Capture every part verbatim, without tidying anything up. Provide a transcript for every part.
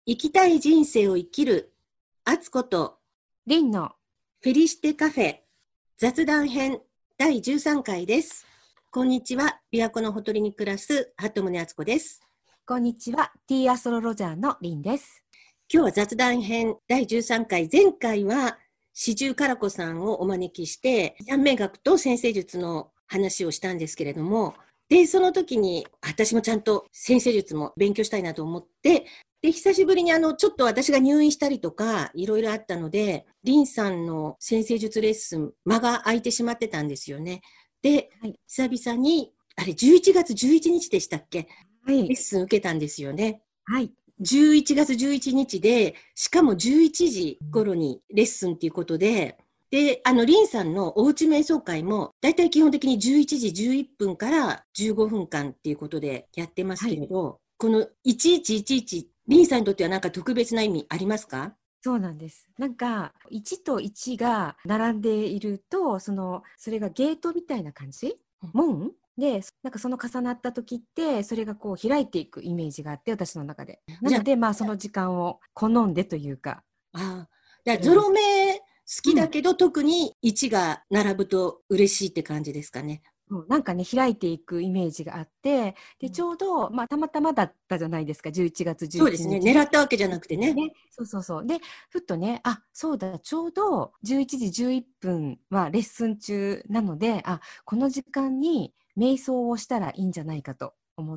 生きたい人生を生きる、アツコとリンのフェリシテカフェ雑談編だいじゅうさんかいです。こんにちは、琵琶湖のほとりに暮らす鳩宗敦子です。 こんにちは、ティーアストロロジャーのリンです。 今日は雑談編だいじゅうさんかい、前回は四十から子さんをお招きして三名学と先生術の話をしたんですけれども、でその時に私もちゃんと先生術も勉強したいなと思って、で久しぶりにあのちょっと私が入院したりとかいろいろあったので、リンさんの先生術レッスン間が空いてしまってたんですよね。で、はい、久々にあれじゅういちがつじゅういちにちでしたっけ、はい、レッスン受けたんですよね。はい、じゅういちがつじゅういちにちで、しかもじゅういちじ頃にレッスンっていうことで、で、あの、リンさんのおうち瞑想会も、だいたい基本的にじゅういちじじゅういっぷんからじゅうごふんかんっていうことでやってますけれど、はい、このいちいちいちいち、リンさんにとっては何か特別な意味ありますか？ そうなんです。なんかいちといちが並んでいると、そのそれがゲートみたいな感じ、門で、なんかその重なった時ってそれがこう開いていくイメージがあって、私の中で。なのでまあその時間を好んでというか。 ああ、ゾロ目好きだけど、うん、特にいちが並ぶと嬉しいって感じですかね。 なんかね、開いていくイメージがあって、でちょうど、まあ、たまたまだったじゃないですか、じゅういちがつじゅういちにち。 そうですね、狙ったわけじゃなくてね。 ね、そうそうそう。で、ふっとね、あ、そうだ、ちょうどじゅういちじじゅういっぷんはレッスン中なので、あ、この時間に瞑想をしたらいいんじゃないかと思って、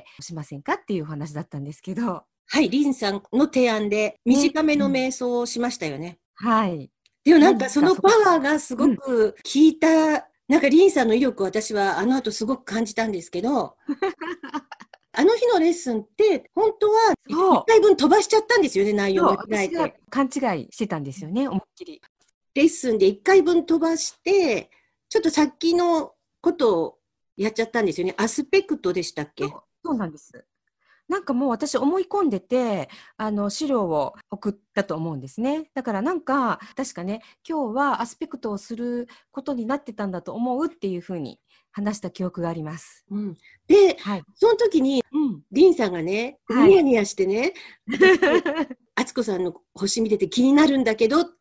しませんかっていうお話だったんですけど。 はい、リンさんの提案で短めの瞑想をしましたよね。 うん、はい。 でもなんかそのパワーがすごく効いた、うん、なんかリンさんの威力を私はあの後すごく感じたんですけど、あの日のレッスンって本当はいっかいぶん飛ばしちゃったんですよね、内容間違えて。 私が勘違いしてたんですよね、思いっきり。 レッスンでいっかいぶん飛ばして、ちょっとさっきのことをやっちゃったんですよね。アスペクトでしたっけ？ そう、そうなんです。なんかもう私思い込んでて、あの資料を送ったと思うんですね。だからなんか確かね、今日はアスペクトをすることになってたんだと思うっていうふうに話した記憶があります。 うん、で、はい、その時に、うん、リンさんがね、ニヤニヤしてね、あつこさんの星見てて気になるんだけどって、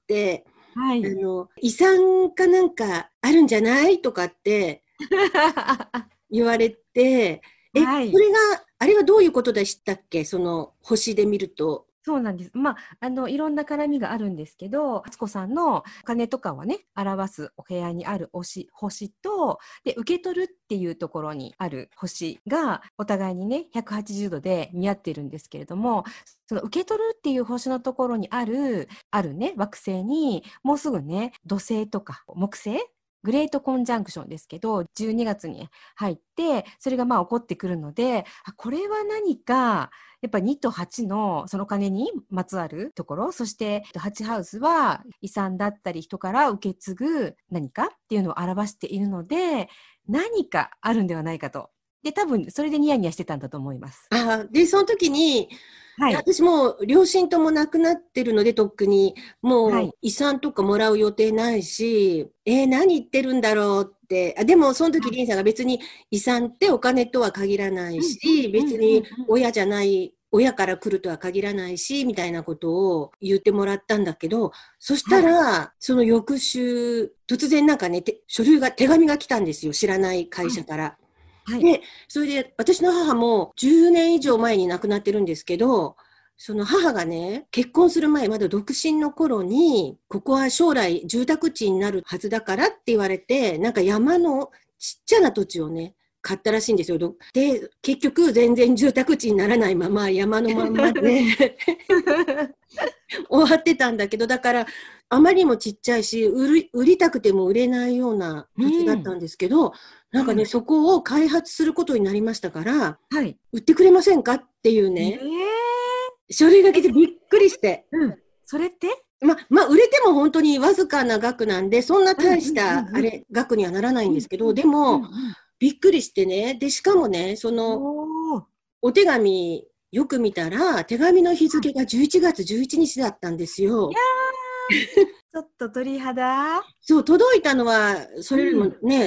はい、あの遺産かなんかあるんじゃないとかって言われて、え、はい、それがあれはどういうことでしたっけ、その星で見ると。 そうなんです。まあ、あのいろんな絡みがあるんですけど、あつこさんのお金とかはね、表すお部屋にある星、星と、で、受け取るっていうところにある星が、お互いにね、ひゃくはちじゅうどで見合っているんですけれども、その受け取るっていう星のところにある、あるね、惑星に、もうすぐね、土星とか木星グレートコンジャンクションですけど、じゅうにがつに入って、それがまあ起こってくるので、あ、これは何か、やっぱにとはちのその金にまつわるところ、そしてはちハウスは遺産だったり人から受け継ぐ何かっていうのを表しているので、何かあるんではないかと。で、多分それでニヤニヤしてたんだと思います。 あ、で、その時に、はい、私も両親とも亡くなってるので、とっくにもう遺産とかもらう予定ないし、はい、えー、何言ってるんだろうって。あ、でもその時リンさんが別に遺産ってお金とは限らないし、別に親じゃない親から来るとは限らないしみたいなことを言ってもらったんだけど、そしたら、はい、その翌週突然なんかね、書類が手紙が来たんですよ、知らない会社から。はいはい、で、それで私の母もじゅうねん以上前に亡くなってるんですけど、その母がね、結婚する前、まだ独身の頃に、ここは将来住宅地になるはずだからって言われて、なんか山のちっちゃな土地をね、買ったらしいんですよ。で、結局全然住宅地にならないまま山のまんまで終わってたんだけど、だからあまりにもちっちゃいし、売り、売りたくても売れないような土地だったんですけど、うん、なんかね、うん、そこを開発することになりましたから、はい、売ってくれませんかっていうね、えー、書類が来てびっくりして。 うん、それってま、まあ、売れても本当にわずかな額なんで、そんな大した、あれ、額にはならないんですけど、でも、びっくりしてね、で、しかもね、その、お手紙、よく見たら、手紙の日付がじゅういちがつじゅういちにちだったんですよ。いやちょっと鳥肌。 そう、届いたのは、それよりもね、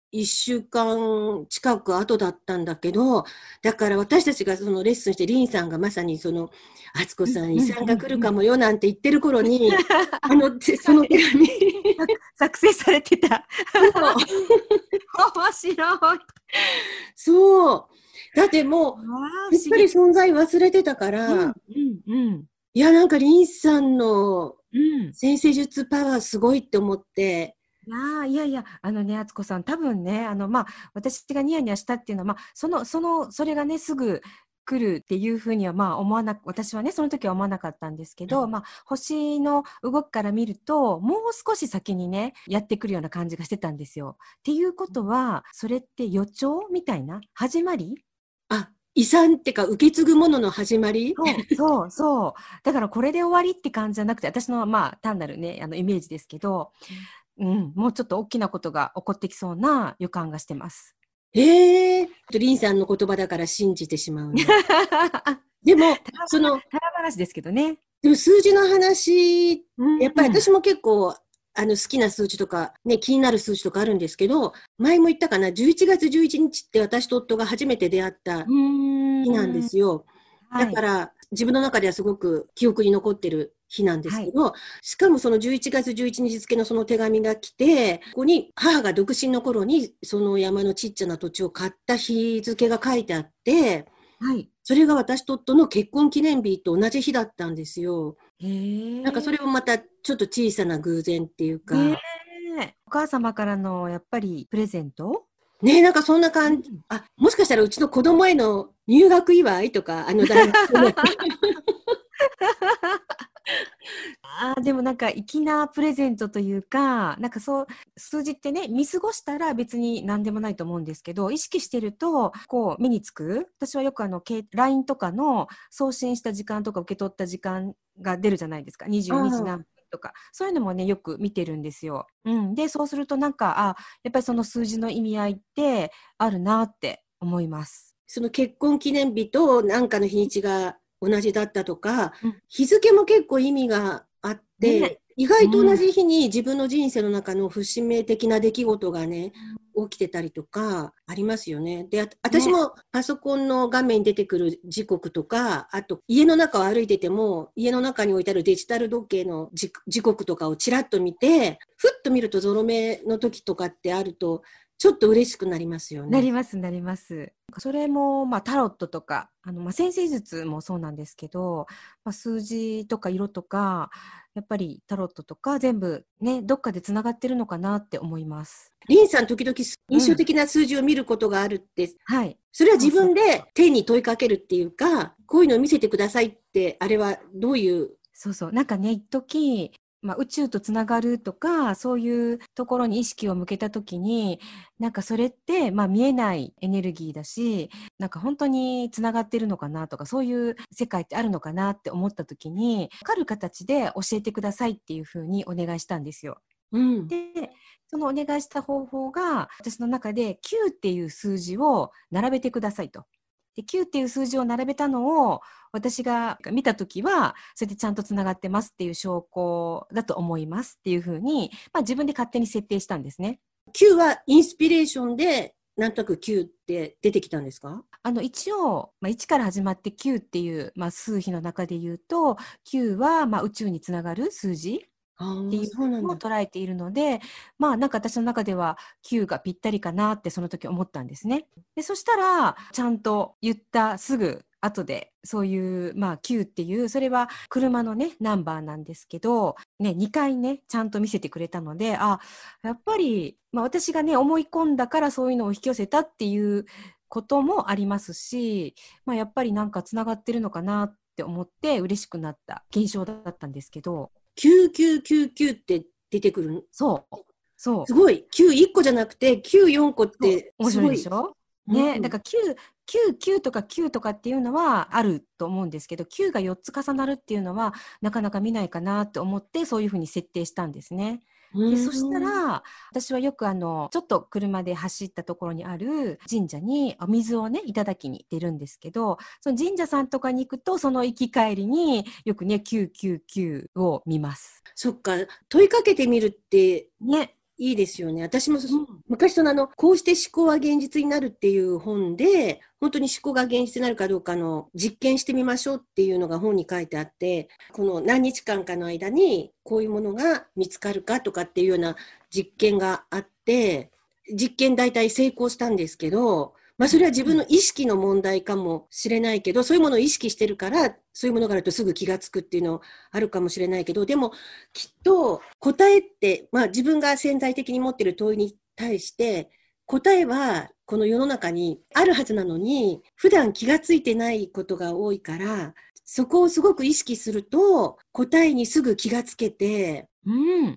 いっしゅうかん近く後だったんだけど、だから私たちがそのレッスンして、リンさんがまさにその、敦子さん、遺産が来るかもよなんて言ってる頃に、あの、その手紙作成されてた。 そう面白い。 そう。だってもう、やっぱり存在忘れてたから、うんうんうん、 いや、なんかリンさんの先生術パワーすごいって思って、 あいやいや、あのね、敦子さん、多分ね、あの、まあ、私がニヤニヤしたっていうのは、まあ、その、その、それがね、すぐ来るっていうふうには、まあ、思わなく、私はね、その時は思わなかったんですけど、うん、まあ、星の動きから見ると、もう少し先にね、やってくるような感じがしてたんですよ。っていうことは、それって予兆みたいな、始まり？ あ、遺産ってか、受け継ぐものの始まり？ そうそうそう。だから、これで終わりって感じじゃなくて、私の、まあ、単なるね、あの、イメージですけど、うん、もうちょっと大きなことが起こってきそうな予感がしてます。 ええー、リンさんの言葉だから信じてしまうね。でも、その、 たら話ですけどね。 でも数字の話、やっぱり私も結構、あの、好きな数字とか、ね、気になる数字とかあるんですけど、前も言ったかな、じゅういちがつじゅういちにちって私と夫が初めて出会った日なんですよ。だから、自分の中ではすごく記憶に残ってる日なんですけど、はい、しかもそのじゅういちがつじゅういちにち付のその手紙が来て、ここに母が独身の頃にその山のちっちゃな土地を買った日付が書いてあって、はい、それが私と夫の結婚記念日と同じ日だったんですよ。へー。なんかそれもまたちょっと小さな偶然っていうか。 ね、お母様からのやっぱりプレゼント？ ねえ、なんかそんな感じ、うん、あ、もしかしたらうちの子供への入学祝いとか、あの大学の。 あでもなんか粋なプレゼントというか、なんかそう、数字ってね、見過ごしたら別に何でもないと思うんですけど、意識してると、こう、目につく。私はよくあの、ライン とかの送信した時間とか受け取った時間が出るじゃないですか。にじゅうにじ何分とか。そういうのもね、よく見てるんですよ。うん。で、そうするとなんか、あ、やっぱりその数字の意味合いってあるなって思います。 その結婚記念日となんかの日にちが同じだったとか、うん、日付も結構意味があって、ね、意外と同じ日に自分の人生の中の節目的な出来事がね、うん、起きてたりとかありますよね。で、私もパソコンの画面に出てくる時刻とか、あと家の中を歩いてても、家の中に置いてあるデジタル時計の時刻とかをちらっと見て、ふっと見るとゾロ目の時とかってあると、ちょっと嬉しくなりますよね。 なります、なります。それも、まあ、タロットとか、あの、まあ、占星術もそうなんですけど、まあ、数字とか色とか、やっぱりタロットとか全部ね、どっかでつながってるのかなって思います。 リンさん、時々印象的な数字を見ることがあるって、うん、はい。それは自分で手に問いかけるっていうか、こういうのを見せてくださいって、あれはどういう？ そうそう。なんかね、一時まあ、宇宙とつながるとか、そういうところに意識を向けたときに、なんかそれって、まあ、見えないエネルギーだし、なんか本当につながってるのかなとか、そういう世界ってあるのかなって思ったときに、わかる形で教えてくださいっていうふうにお願いしたんですよ。うん、で、そのお願いした方法が、私の中できゅうっていう数字を並べてくださいと。できゅうっていう数字を並べたのを私が見たときは、それでちゃんとつながってますっていう証拠だと思いますっていうふうに、まあ、自分で勝手に設定したんですね。 きゅうはインスピレーションで、なんとなくきゅうって出てきたんですか？ あの一応、まあ、いちから始まってきゅうっていう、まあ、数比の中で言うと、きゅうはまあ宇宙につながる数字っていうのを捉えているので、まあなんか私の中ではきゅうがぴったりかなってその時思ったんですね。で、そしたらちゃんと言ったすぐ後でそういうまあきゅうっていうそれは車のねナンバーなんですけど、ねにかいねちゃんと見せてくれたので、あ、やっぱりまあ私がね思い込んだからそういうのを引き寄せたっていうこともありますし、まあやっぱりなんかつながってるのかなって思って嬉しくなった現象だったんですけど。 きゅうきゅうきゅうきゅうって出てくる。 そう。そう。 すごい。きゅういっこじゃなくて、きゅうよんこって面白いでしょ？ね、うん、だからきゅう、きゅう、きゅうとかきゅうとかっていうのはあると思うんですけど、きゅうがよっつ重なるっていうのはなかなか見ないかなって思って、そういうふうに設定したんですね。でそしたら私はよくあのちょっと車で走ったところにある神社にお水をねいただきに出るんですけど、その神社さんとかに行くとその行き帰りによくねきゅうきゅうきゅうを見ます。 そっか、問いかけてみるってねいいですよね。私も、 うん、 昔そのあの、こうして思考は現実になるっていう本で、本当に思考が現実になるかどうかの実験してみましょうっていうのが本に書いてあって、この何日間かの間にこういうものが見つかるかとかっていうような実験があって、実験大体成功したんですけど、まあそれは自分の意識の問題かもしれないけど、そういうものを意識してるから、そういうものがあるとすぐ気がつくっていうのあるかもしれないけど、でもきっと答えって、まあ自分が潜在的に持っている問いに対して、答えはこの世の中にあるはずなのに、普段気がついてないことが多いから、そこをすごく意識すると、答えにすぐ気がつけて、 うん、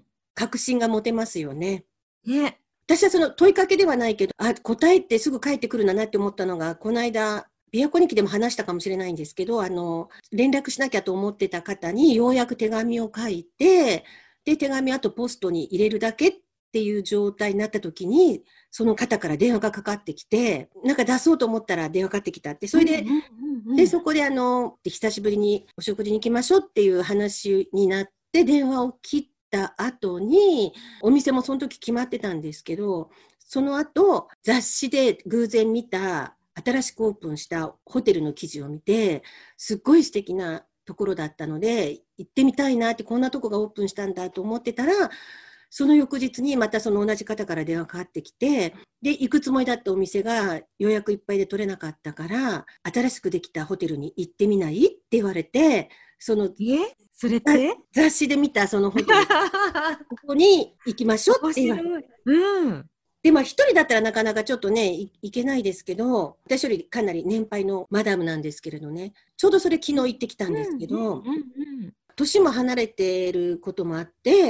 確信が持てますよね。 ね、 私はその問いかけではないけど、あ、答えってすぐ返ってくるんだなって思ったのが、この間、琵琶湖日記でも話したかもしれないんですけど、あの、連絡しなきゃと思ってた方にようやく手紙を書いて、で、手紙あとポストに入れるだけっていう状態になった時に、その方から電話がかかってきて、なんか出そうと思ったら電話かかってきたって、それで、 うんうんうんうで、 ん、 そこであの、久しぶりにお食事に行きましょうっていう話になって電話を切った後に、お店もその時決まってたんですけど、その後、雑誌で偶然見た新しくオープンしたホテルの記事を見て、すっごい素敵なところだったので、行ってみたいなって、こんなとこがオープンしたんだと思ってたら、その翌日にまたその同じ方から電話かかってきて、で、行くつもりだったお店が予約いっぱいで取れなかったから、新しくできたホテルに行ってみないって言われて、そのえ、それって雑誌で見たそのホテル、ここに行きましょうっ面て言われて。 白い。うん。 で、まあ一人だったらなかなかちょっとね、い行けないですけど、私よりかなり年配のマダムなんですけれどね、ちょうどそれ昨日行ってきたんですうんうんけど、 うんうん。 年も離れてることもあって、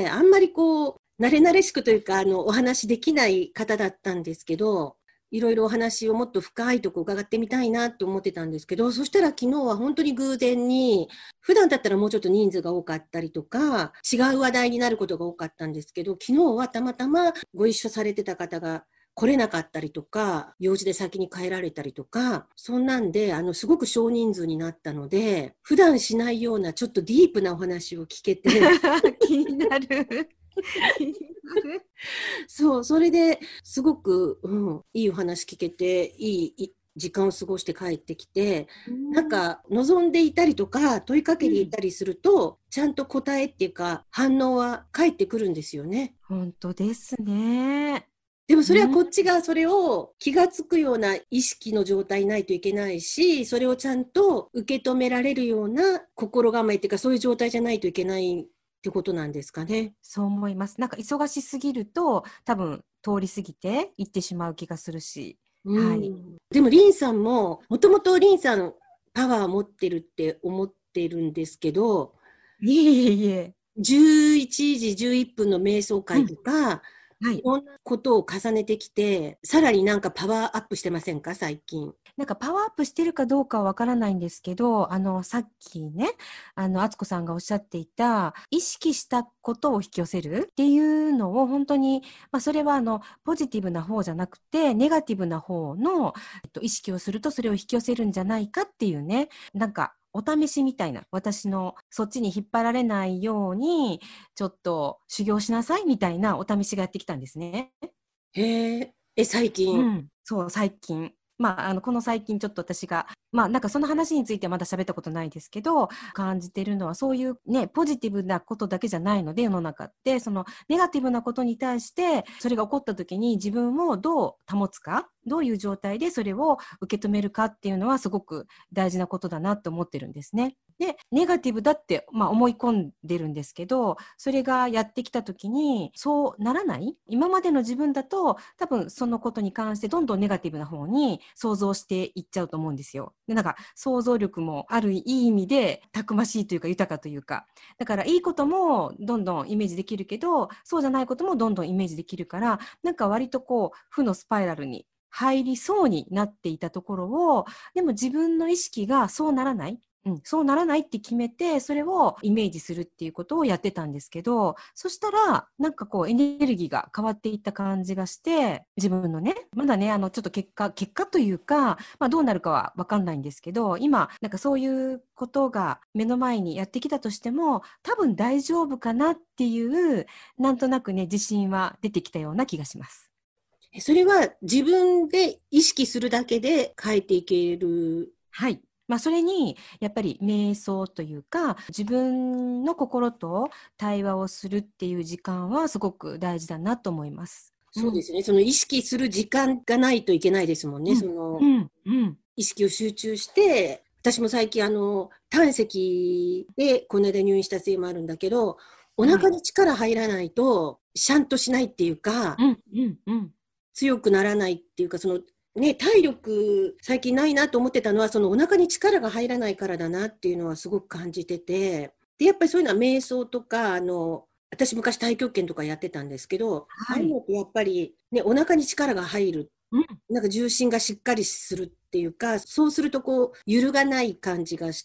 あんまりこう、慣れ慣れしくというか、あの、お話できない方だったんですけど、いろいろお話をもっと深いとこ伺ってみたいなって思ってたんですけど、そしたら昨日は本当に偶然に、普段だったらもうちょっと人数が多かったりとか、違う話題になることが多かったんですけど、昨日はたまたまご一緒されてた方が来れなかったりとか、用事で先に帰られたりとか、そんなんで、あの、すごく少人数になったので、普段しないようなちょっとディープなお話を聞けて、 気になる。気になる。 そう、それですごく、うん、いいお話聞けて、いい時間を過ごして帰ってきて、 うん、 なんか望んでいたりとか問いかけていうん、 たりすると、ちゃんと答えっていうか反応は返ってくるんですよね。 本当ですね。 でもそれはうん、 こっちがそれを気がつくような意識の状態にないといけないし、それをちゃんと受け止められるような心構えっていうか、そういう状態じゃないといけないってことなんですかね。 そう思います。なんか忙しすぎると多分通り過ぎて行ってしまう気がするし。 うはい。 ん。でもリンさんも、もともとリンさんパワー持ってるって思ってるんですけど、 いえいえいえ。 じゅういちじじゅういっぷんの瞑想会うん。 とか、 はい。 いろんなことを重ねてきて、さらになんかパワーアップしてませんか、最近。 なんかパワーアップしてるかどうかはわからないんですけど、あの、さっきね、あの、敦子さんがおっしゃっていた、意識したことを引き寄せるっていうのを本当に、まあ、それはあの、ポジティブな方じゃなくて、ネガティブな方の、えっと、意識をするとそれを引き寄せるんじゃないかっていうね、なんか、お試しみたいな、私のそっちに引っ張られないように、ちょっと修行しなさいみたいなお試しがやってきたんですね。 へえ、え、最近。 うん、そう、最近。まあ、あの、この最近ちょっと私が、まあ、なんかその話についてはまだ喋ったことないですけど、感じてるのはそういうね、ポジティブなことだけじゃないので、世の中って、そのネガティブなことに対して、それが起こった時に自分をどう保つか、どういう状態でそれを受け止めるかっていうのはすごく大事なことだなと思ってるんですね。で、ネガティブだって、まあ、思い込んでるんですけど、それがやってきた時に、そうならない今までの自分だと、多分そのことに関してどんどんネガティブな方に想像していっちゃうと思うんですよ。で、なんか想像力もあるいい意味でたくましいというか豊かというか。だからいいこともどんどんイメージできるけど、そうじゃないこともどんどんイメージできるから、なんか割とこう、負のスパイラルに入りそうになっていたところを、でも自分の意識がそうならない。 うん、そうならないって決めて、それをイメージするっていうことをやってたんですけど、そしたら、なんかこうエネルギーが変わっていった感じがして、自分のね、まだね、あの、ちょっと結果、結果というか、まあどうなるかはわかんないんですけど、今、なんかそういうことが目の前にやってきたとしても、多分大丈夫かなっていう、なんとなくね、自信は出てきたような気がします。 それは自分で意識するだけで変えていける。 はい。まあ、それに、やっぱり瞑想というか、自分の心と対話をするっていう時間はすごく大事だなと思います。うん。 そうですね。その意識する時間がないといけないですもんね。 うん。 そのうん。うん。 意識を集中して、私も最近あの、胆石でこの間入院したせいもあるんだけど、おはい。 腹に力入らないと、シャンとしないっていうか、 うん。うん。うん。 強くならないっていうか、その、ね、体力最近ないなと思ってたのは、そのお腹に力が入らないからだなっていうのはすごく感じてて、で、やっぱりそういうのは瞑想とか、あの、私昔太極拳とかやってたんですけど、ああはい。 いうのってやっぱりね、お腹に力が入る。 うん。 なんか重心がしっかりするっていうか、そうするとこう、揺るがない感じがして、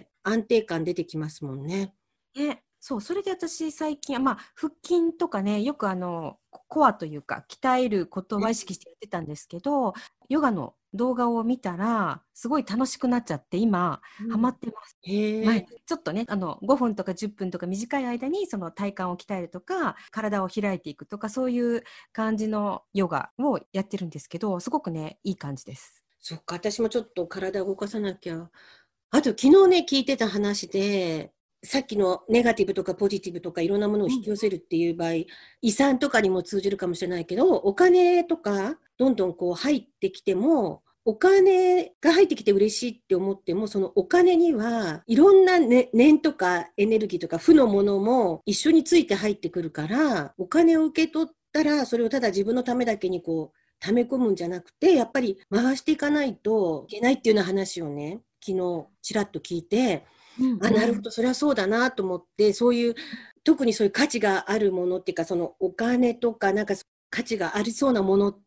安定感出てきますもんね。 ね、そう、それで私最近、まあ、腹筋とかね、よくあの、ココアというか、鍛えることは意識してやってたんですけど、ヨガの動画を見たら、すごい楽しくなっちゃって、今、ハマうん。 ってます。 へえ。 毎日ちょっとね、あの、ごふんとかじゅっぷんとか短い間に、その体幹を鍛えるとか、体を開いていくとか、そういう感じのヨガをやってるんですけど、すごくね、いい感じです。 そっか、私もちょっと体を動かさなきゃ。あと、昨日ね、聞いてた話で、さっきのネガティブとかポジティブとかいろんなものをうん。 引き寄せるっていう場合、遺産とかにも通じるかもしれないけど、お金とかどんどんこう入ってきても、お金が入ってきて嬉しいって思っても、そのお金にはいろんな、ね、念とかエネルギーとか負のものも一緒について入ってくるから、お金を受け取ったら、それをただ自分のためだけにこう、溜め込むんじゃなくて、やっぱり回していかないといけないっていうような話をね、昨日ちらっと聞いて、 うんあ、 うん。 なるほど、それはそうだなと思って、そういう、特にそういう価値があるものっていうか、そのお金とか、なんか価値がありそうなものって、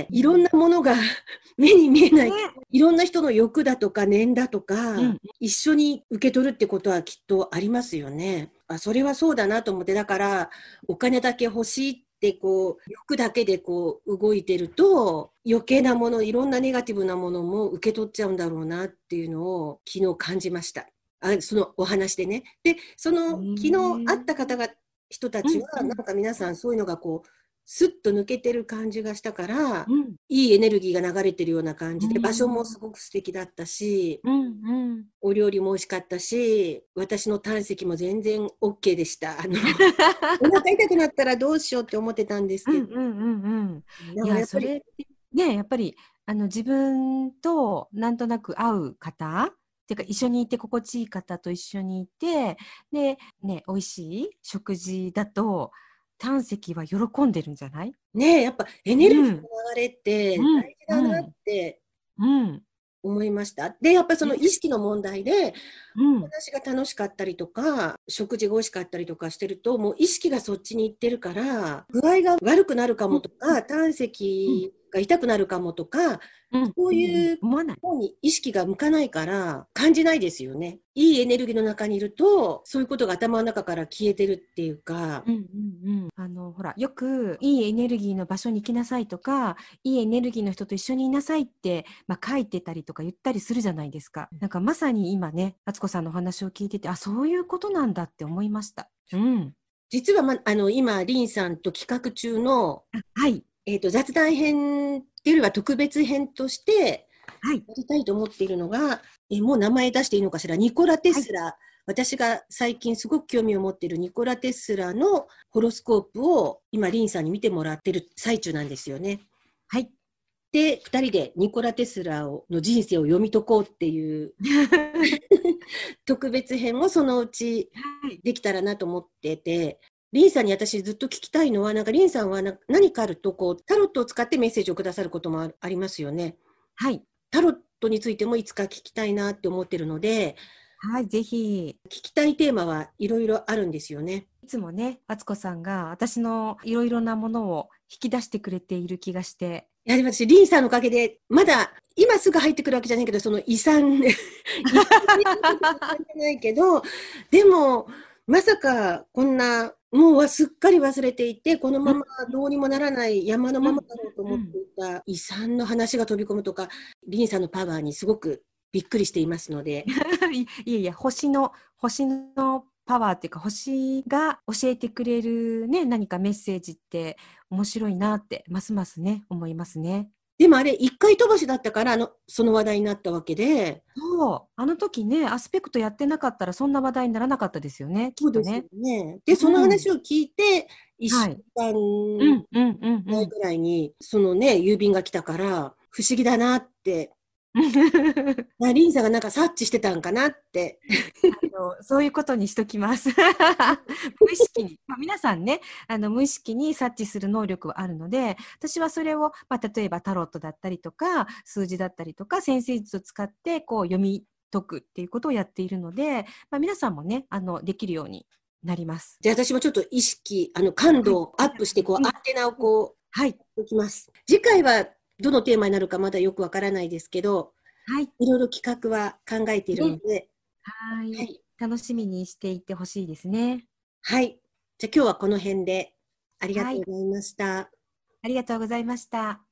いろんなものが目に見えない、 ね。 いろんな人の欲だとか念だとか、 うん。 一緒に受け取るってことはきっとありますよね。あ、それはそうだなと思って、だから、お金だけ欲しいってこう、欲だけでこう動いてると、余計なもの、いろんなネガティブなものも受け取っちゃうんだろうなっていうのを昨日感じました。あ、そのお話でね。で、そへの昨日会ったえ。 方が、人たちは、 うんうん。 なんか皆さんそういうのがこう、スッと抜けてる感じがしたから、 うん。 いいエネルギーが流れてるような感うじで、場所もん。 すごく素敵だったし、 うんうん。 お料理も美味しかったし、私の胆石も全然 OK でした。あの、お腹痛くなったらどうしようって思ってたんですけど、 うんうんうんうん。いや、 だからやっぱり、 それってね、やっぱり、あの、自分となんとなく合う方っていうか、一緒にいて心地いい方と一緒にいて、で、ね、美味しい食事だと、胆石は喜んでるんじゃない？ ね、やっぱエネルギーうん。 の流れってうん。 大事だなっうん。 てうん。 思いました。で、やっぱりそのね。 意識の問題で、 うん。 話が楽しかったりとか、食事が美味しかったりとかしてると、もう意識がそっちに行ってるから、具合が悪くなるかうん。 もとか、胆うん。 石が痛くなるかもとか、 うん。 そううん。 いう思わない。 方に意識が向かないから感じないですよね。いいエネルギーの中にいると、そういうことが頭の中から消えてるっていうか、 うんうんうん。あの、ほら、よく、いいエネルギーの場所に行きなさいとか、いいエネルギーの人と一緒にいなさいって、まあ、書いてたりとか言ったりするじゃないですか。なんかまさに今ね、敦子さんのお話を聞いてて、あ、そういうことなんだって思いました。うん。 実は、ま、あの、今、リンさんと企画中の、 あ、はい。 えっと、雑談編っていうよりは特別編として、 はい。 やりたいと思っているのが、え、もう名前出していいのかしら、ニコラ・テはい。 スラ。私が最近すごく興味を持っているニコラ・テスラのホロスコープを今、リンさんに見てもらってる最中なんですよね。 はい。 で、ふたりでニコラ・テスラをの人生を読み解こうっていう特別編をそのうちはい。 できたらなと思ってて、リンさんに私ずっと聞きたいのは、なんかリンさんはな何かあるとこう、タロットを使ってメッセージをくださることもあありますよね。 はい。 タロットについてもいつか聞きたいなって思ってるので、 はい。ぜひ。 聞きたいテーマはいろいろあるんですよね。 いつもね、敦子さんが私のいろいろなものを引き出してくれている気がして、 いや、でも私、リンさんのおかげで、まだ、今すぐ入ってくるわけじゃないけど、その遺産、遺産じゃないけど、でも、まさか、こんな、もうすっかり忘れていて、このままどうにもならない山のままだろうと思っていた遺産の話が飛び込むとか、リンさんのパワーにすごくびっくりしていますので。 いやいや、星の、星のパワーっていうか、星が教えてくれるね、何かメッセージって面白いなって、ますますね、思いますね。 でもあれ、一回飛ばしだったから、あの、その話題になったわけで。 そう、あの時ね、アスペクトやってなかったら、そんな話題にならなかったですよね、きそうですよっとね。 ね。で、そのうん。 話を聞いて、一週はい。 間うんうんうんうん。 前ぐらいに、そのね、郵便が来たから、不思議だなって、あリンさんがなんか察知してたんかなって。 あのそういうことにしときます。無意識に、まあ、皆さんね、あの無意識に察知する能力はあるので、私はそれを、まあ、例えばタロットだったりとか、数字だったりとか、先生術を使ってこう読み解くっていうことをやっているので、まあ、皆さんもね、あのできるようになります。 じゃあ私もちょっと意識、あの感はい。 度をアップして、こう、 うん、 アンテナをこはい。 う、置きます。次回はどのテーマになるかまだよくわからないですけど、 はい。 いろいろ企画は考えているのね。 で、 はい。 はい。 楽しみにしていてほしいですね。 はい。じゃあ今日はこの辺でありがはい。 とうございました。 ありがとうございました。